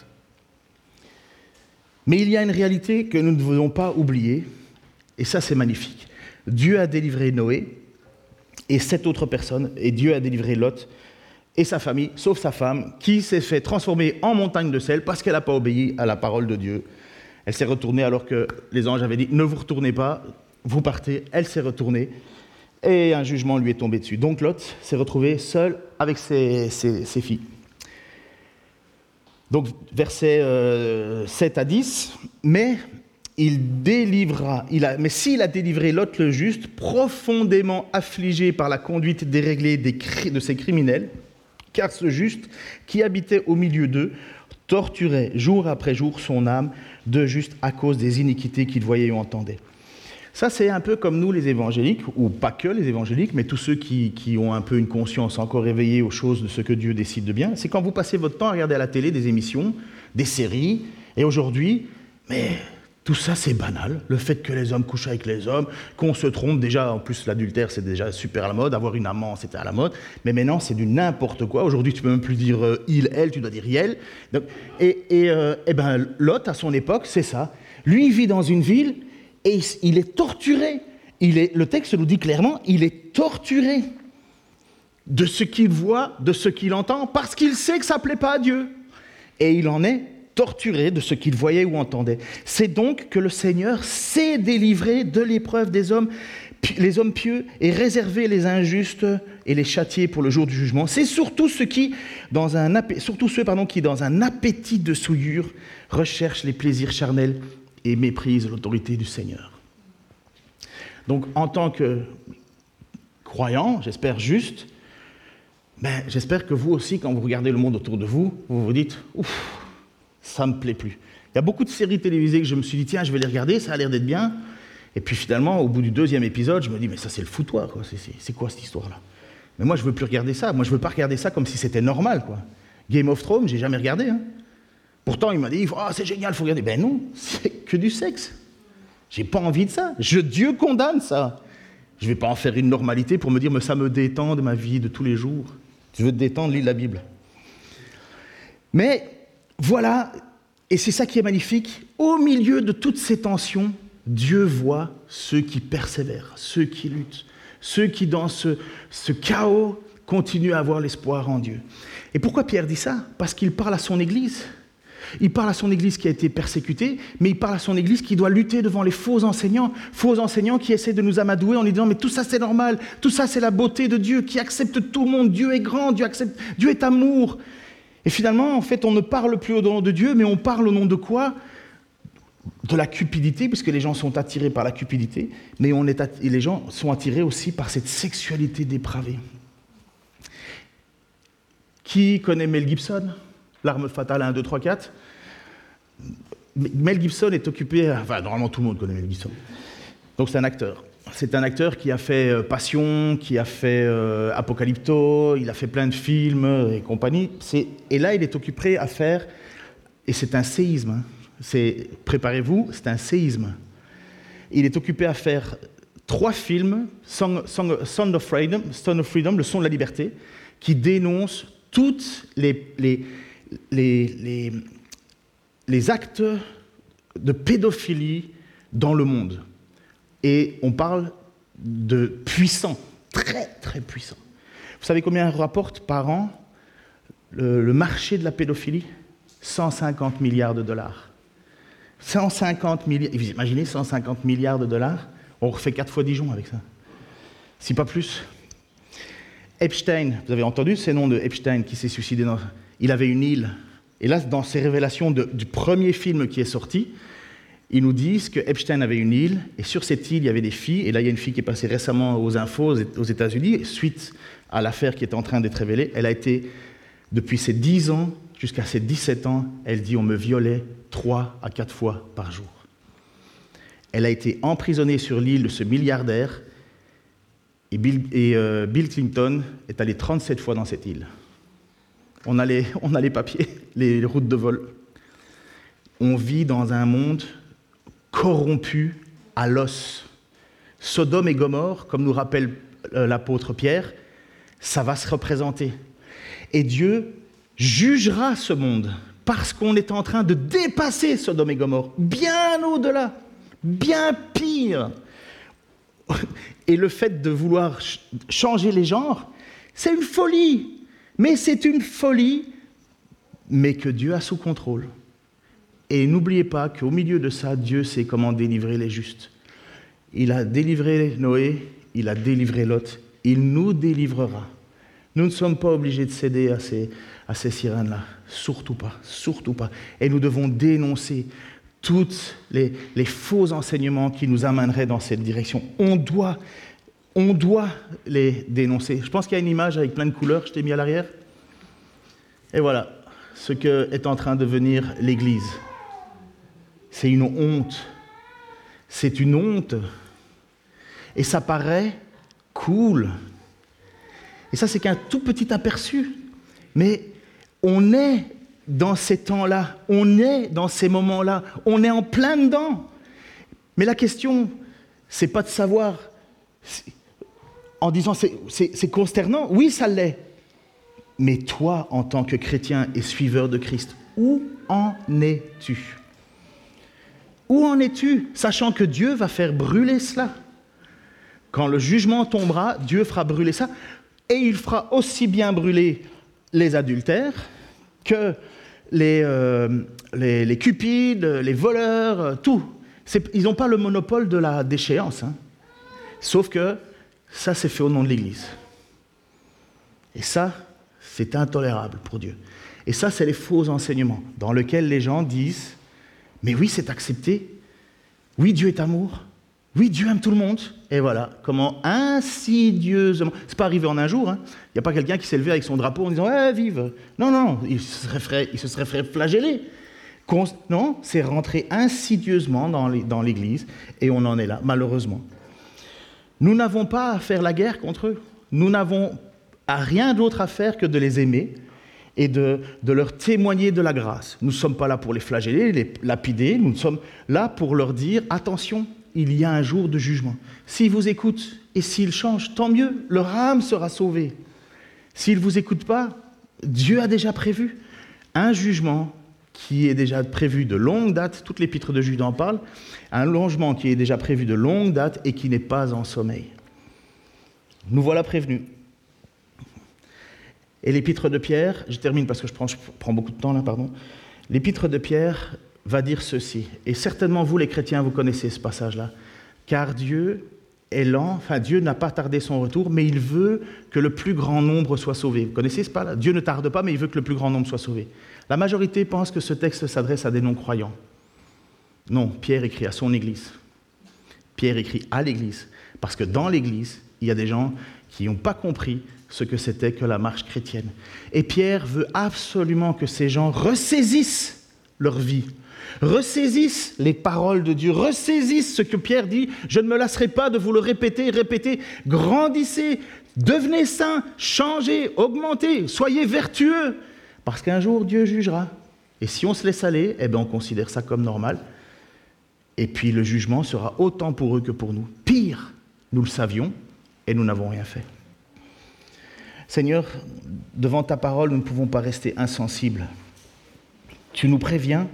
Mais il y a une réalité que nous ne devons pas oublier, et ça c'est magnifique. Dieu a délivré Noé et sept autres personnes, et Dieu a délivré Lot et sa famille, sauf sa femme, qui s'est fait transformer en montagne de sel parce qu'elle n'a pas obéi à la parole de Dieu. Elle s'est retournée alors que les anges avaient dit « Ne vous retournez pas, vous partez ». Elle s'est retournée et un jugement lui est tombé dessus. Donc Lot s'est retrouvé seul avec ses, ses, ses filles. Donc, versets euh, sept à dix, mais il délivra, il a, mais s'il a délivré Lot le juste, profondément affligé par la conduite déréglée des, de ces criminels, car ce juste qui habitait au milieu d'eux torturait jour après jour son âme de juste à cause des iniquités qu'il voyait ou entendait. Ça, c'est un peu comme nous, les évangéliques, ou pas que les évangéliques, mais tous ceux qui, qui ont un peu une conscience encore éveillée aux choses de ce que Dieu décide de bien. C'est quand vous passez votre temps à regarder à la télé des émissions, des séries, et aujourd'hui, mais tout ça, c'est banal. Le fait que les hommes couchent avec les hommes, qu'on se trompe, déjà, en plus, l'adultère, c'est déjà super à la mode, avoir une amant, c'était à la mode, mais maintenant, c'est du n'importe quoi. Aujourd'hui, tu peux même plus dire euh, il, elle, tu dois dire yel. Donc, et et, euh, et ben, Lot, à son époque, c'est ça. Lui, il vit dans une ville, et il est torturé. Il est, le texte nous dit clairement, il est torturé de ce qu'il voit, de ce qu'il entend, parce qu'il sait que ça ne plaît pas à Dieu. Et il en est torturé de ce qu'il voyait ou entendait. C'est donc que le Seigneur sait délivrer de l'épreuve des hommes, les hommes pieux, et réserver les injustes et les châtier pour le jour du jugement. C'est surtout ceux qui, dans un, surtout ceux, pardon, qui, dans un appétit de souillure, recherchent les plaisirs charnels et méprise l'autorité du Seigneur. Donc, en tant que croyant, j'espère juste, ben, j'espère que vous aussi, quand vous regardez le monde autour de vous, vous vous dites « Ouf, ça ne me plaît plus ». Il y a beaucoup de séries télévisées que je me suis dit « Tiens, je vais les regarder, ça a l'air d'être bien ». Et puis finalement, au bout du deuxième épisode, je me dis « Mais ça, c'est le foutoir, quoi. C'est, c'est, c'est quoi cette histoire-là » Mais moi, je ne veux plus regarder ça. Moi, je ne veux pas regarder ça comme si c'était normal, quoi. Game of Thrones, je n'ai jamais regardé, hein. Pourtant, il m'a dit, oh, c'est génial, il faut regarder. Ben non, c'est que du sexe. J'ai pas envie de ça. Je, Dieu condamne ça. Je ne vais pas en faire une normalité pour me dire, mais ça me détend de ma vie de tous les jours. Tu veux te détendre, lis la Bible. Mais voilà, et c'est ça qui est magnifique, au milieu de toutes ces tensions, Dieu voit ceux qui persévèrent, ceux qui luttent, ceux qui, dans ce, ce chaos, continuent à avoir l'espoir en Dieu. Et pourquoi Pierre dit ça ? Parce qu'il parle à son Église. Il parle à son Église qui a été persécutée, mais il parle à son Église qui doit lutter devant les faux enseignants, faux enseignants qui essaient de nous amadouer en lui disant « mais tout ça c'est normal, tout ça c'est la beauté de Dieu, qui accepte tout le monde, Dieu est grand, Dieu, accepte, Dieu est amour ». Et finalement, en fait, on ne parle plus au nom de Dieu, mais on parle au nom de quoi ? De la cupidité, puisque les gens sont attirés par la cupidité, mais on est att- et les gens sont attirés aussi par cette sexualité dépravée. Qui connaît Mel Gibson? L'arme fatale un, deux, trois, quatre. Mel Gibson est occupé... Enfin, normalement, tout le monde connaît Mel Gibson. Donc, c'est un acteur. C'est un acteur qui a fait euh, Passion, qui a fait euh, Apocalypto, il a fait plein de films et compagnie. C'est... Et là, il est occupé à faire... Et c'est un séisme. Hein. C'est... Préparez-vous, c'est un séisme. Il est occupé à faire trois films, Song, Song, Son of Freedom, Son of Freedom, le son de la liberté, qui dénoncent toutes les, les, les, les, les actes de pédophilie dans le monde. Et on parle de puissants, très très puissants. Vous savez combien rapporte par an le, le marché de la pédophilie? cent cinquante milliards de dollars. cent cinquante milliards, vous imaginez cent cinquante milliards de dollars? On refait quatre fois Dijon avec ça. Si pas plus. Epstein, vous avez entendu ces noms de Epstein qui s'est suicidé dans... Il avait une île. Et là, dans ces révélations de, du premier film qui est sorti, ils nous disent que Epstein avait une île, et sur cette île, il y avait des filles, et là, il y a une fille qui est passée récemment aux infos aux États-Unis, suite à l'affaire qui est en train d'être révélée. Elle a été, depuis ses dix ans jusqu'à ses dix-sept ans, elle dit « on me violait trois à quatre fois par jour ». Elle a été emprisonnée sur l'île de ce milliardaire, et Bill, et, euh, Bill Clinton est allé trente-sept fois dans cette île. On a les, on a les papiers, les, les routes de vol. On vit dans un monde corrompu à l'os. Sodome et Gomorrhe, comme nous rappelle euh, l'apôtre Pierre, ça va se représenter. Et Dieu jugera ce monde parce qu'on est en train de dépasser Sodome et Gomorrhe, bien au-delà, bien pire. Et le fait de vouloir ch- changer les genres, c'est une folie. Mais c'est une folie, mais que Dieu a sous contrôle. Et n'oubliez pas qu'au milieu de ça, Dieu sait comment délivrer les justes. Il a délivré Noé, il a délivré Lot, il nous délivrera. Nous ne sommes pas obligés de céder à ces, à ces sirènes-là. Surtout pas, surtout pas. Et nous devons dénoncer tous les, les faux enseignements qui nous amèneraient dans cette direction. On doit, on doit les dénoncer. Je pense qu'il y a une image avec plein de couleurs, je t'ai mis à l'arrière. Et voilà ce qu'est en train de devenir l'Église. C'est une honte. C'est une honte. Et ça paraît cool. Et ça, c'est qu'un tout petit aperçu. Mais on est dans ces temps-là, on est dans ces moments-là, on est en plein dedans. Mais la question, c'est pas de savoir, en disant c'est, c'est, c'est consternant, oui, ça l'est. Mais toi, en tant que chrétien et suiveur de Christ, où en es-tu? Où en es-tu, sachant que Dieu va faire brûler cela? Quand le jugement tombera, Dieu fera brûler ça, et il fera aussi bien brûler les adultères que les, euh, les, les cupides, les voleurs, euh, tout. C'est, ils n'ont pas le monopole de la déchéance. Hein. Sauf que ça, c'est fait au nom de l'Église. Et ça, c'est intolérable pour Dieu. Et ça, c'est les faux enseignements dans lesquels les gens disent « Mais oui, c'est accepté. Oui, Dieu est amour. Oui, Dieu aime tout le monde. » Et voilà, comment insidieusement... C'est pas arrivé en un jour. Il hein. n'y a pas quelqu'un qui s'est levé avec son drapeau en disant hey, « vive !» Non, non, il se serait fait, il se serait fait flageller. Const... Non, c'est rentré insidieusement dans, les, dans l'Église et on en est là, malheureusement. Nous n'avons pas à faire la guerre contre eux. Nous n'avons à rien d'autre à faire que de les aimer et de, de leur témoigner de la grâce. Nous ne sommes pas là pour les flageller, les lapider. Nous sommes là pour leur dire « Attention !» il y a un jour de jugement. S'ils vous écoutent et s'ils changent, tant mieux, leur âme sera sauvée. S'ils ne vous écoutent pas, Dieu a déjà prévu un jugement qui est déjà prévu de longue date, toute l'épître de Jude en parle, un jugement qui est déjà prévu de longue date et qui n'est pas en sommeil. Nous voilà prévenus. Et l'épître de Pierre, je termine parce que je prends, je prends beaucoup de temps là, pardon. L'épître de Pierre va dire ceci, et certainement vous les chrétiens, vous connaissez ce passage-là, car Dieu est lent, enfin Dieu n'a pas tardé son retour, mais il veut que le plus grand nombre soit sauvé. Vous connaissez ce pas-là? Dieu ne tarde pas, mais il veut que le plus grand nombre soit sauvé. La majorité pense que ce texte s'adresse à des non-croyants. Non, Pierre écrit à son Église. Pierre écrit à l'Église, parce que dans l'Église, Il y a des gens qui n'ont pas compris ce que c'était que la marche chrétienne. Et Pierre veut absolument que ces gens ressaisissent leur vie, ressaisissent les paroles de Dieu, ressaisissent ce que Pierre dit. Je ne me lasserai pas de vous le répéter, répéter, grandissez, devenez saints, changez, augmentez, soyez vertueux, parce qu'un jour Dieu jugera. Et si on se laisse aller, eh bien on considère ça comme normal. Et puis le jugement sera autant pour eux que pour nous. Pire, nous le savions et nous n'avons rien fait. Seigneur, devant ta parole, nous ne pouvons pas rester insensibles. Tu nous préviens,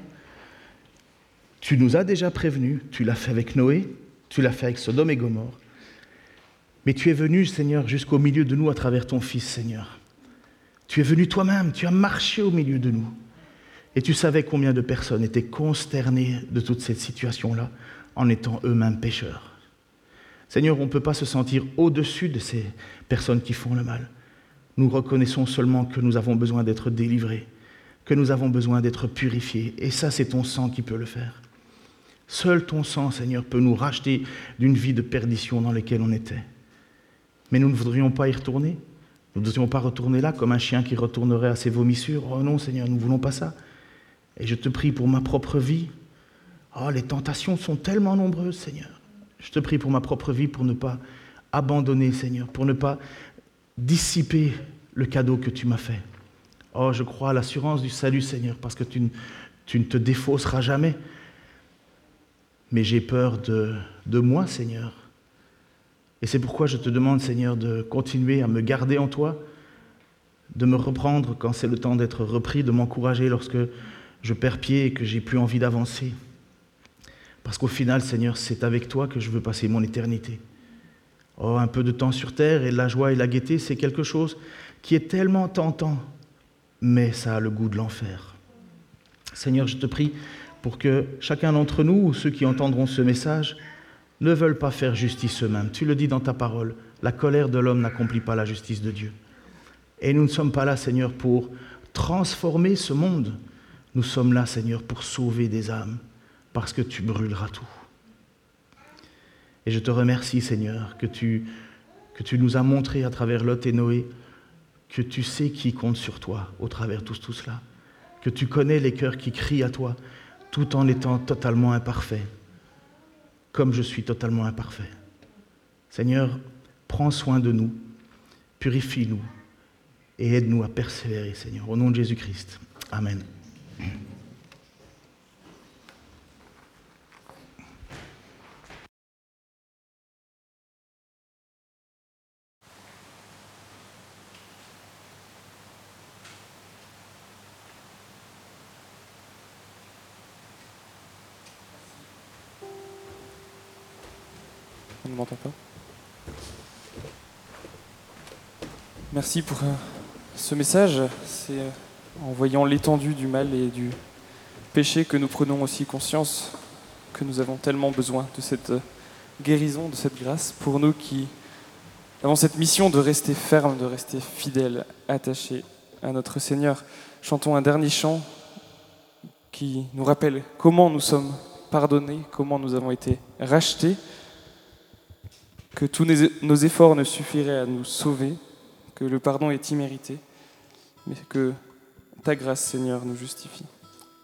tu nous as déjà prévenus, tu l'as fait avec Noé, tu l'as fait avec Sodome et Gomorrhe. Mais tu es venu, Seigneur, jusqu'au milieu de nous à travers ton Fils, Seigneur. Tu es venu toi-même, tu as marché au milieu de nous. Et tu savais combien de personnes étaient consternées de toute cette situation-là en étant eux-mêmes pécheurs. Seigneur, on ne peut pas se sentir au-dessus de ces personnes qui font le mal. Nous reconnaissons seulement que nous avons besoin d'être délivrés, que nous avons besoin d'être purifiés. Et ça, c'est ton sang qui peut le faire. Seul ton sang, Seigneur, peut nous racheter d'une vie de perdition dans laquelle on était. Mais nous ne voudrions pas y retourner. Nous ne voudrions pas retourner là comme un chien qui retournerait à ses vomissures. Oh non, Seigneur, nous ne voulons pas ça. Et je te prie pour ma propre vie. Oh, les tentations sont tellement nombreuses, Seigneur. Je te prie pour ma propre vie, pour ne pas abandonner, Seigneur, pour ne pas dissiper le cadeau que tu m'as fait. Oh, je crois à l'assurance du salut, Seigneur, parce que tu ne, tu ne te défausseras jamais. Mais j'ai peur de, de moi, Seigneur. Et c'est pourquoi je te demande, Seigneur, de continuer à me garder en toi, de me reprendre quand c'est le temps d'être repris, de m'encourager lorsque je perds pied et que j'ai plus envie d'avancer. Parce qu'au final, Seigneur, c'est avec toi que je veux passer mon éternité. Oh, un peu de temps sur terre et la joie et la gaieté, c'est quelque chose qui est tellement tentant, mais ça a le goût de l'enfer. Seigneur, je te prie pour que chacun d'entre nous, ou ceux qui entendront ce message, ne veulent pas faire justice eux-mêmes. Tu le dis dans ta parole, la colère de l'homme n'accomplit pas la justice de Dieu. Et nous ne sommes pas là, Seigneur, pour transformer ce monde. Nous sommes là, Seigneur, pour sauver des âmes, parce que tu brûleras tout. Et je te remercie, Seigneur, que tu, que tu nous as montré à travers Lot et Noé que tu sais qui compte sur toi au travers de tout, tout cela, que tu connais les cœurs qui crient à toi tout en étant totalement imparfaits, comme je suis totalement imparfait. Seigneur, prends soin de nous, purifie-nous et aide-nous à persévérer, Seigneur, au nom de Jésus-Christ. Amen. On ne m'entend pas. Merci pour euh, ce message. C'est euh, en voyant l'étendue du mal et du péché que nous prenons aussi conscience que nous avons tellement besoin de cette euh, guérison, de cette grâce, pour nous qui avons cette mission de rester fermes, de rester fidèles, attachés à notre Seigneur. Chantons un dernier chant qui nous rappelle comment nous sommes pardonnés, comment nous avons été rachetés, que tous nos efforts ne suffiraient à nous sauver, que le pardon est immérité, mais que ta grâce, Seigneur, nous justifie.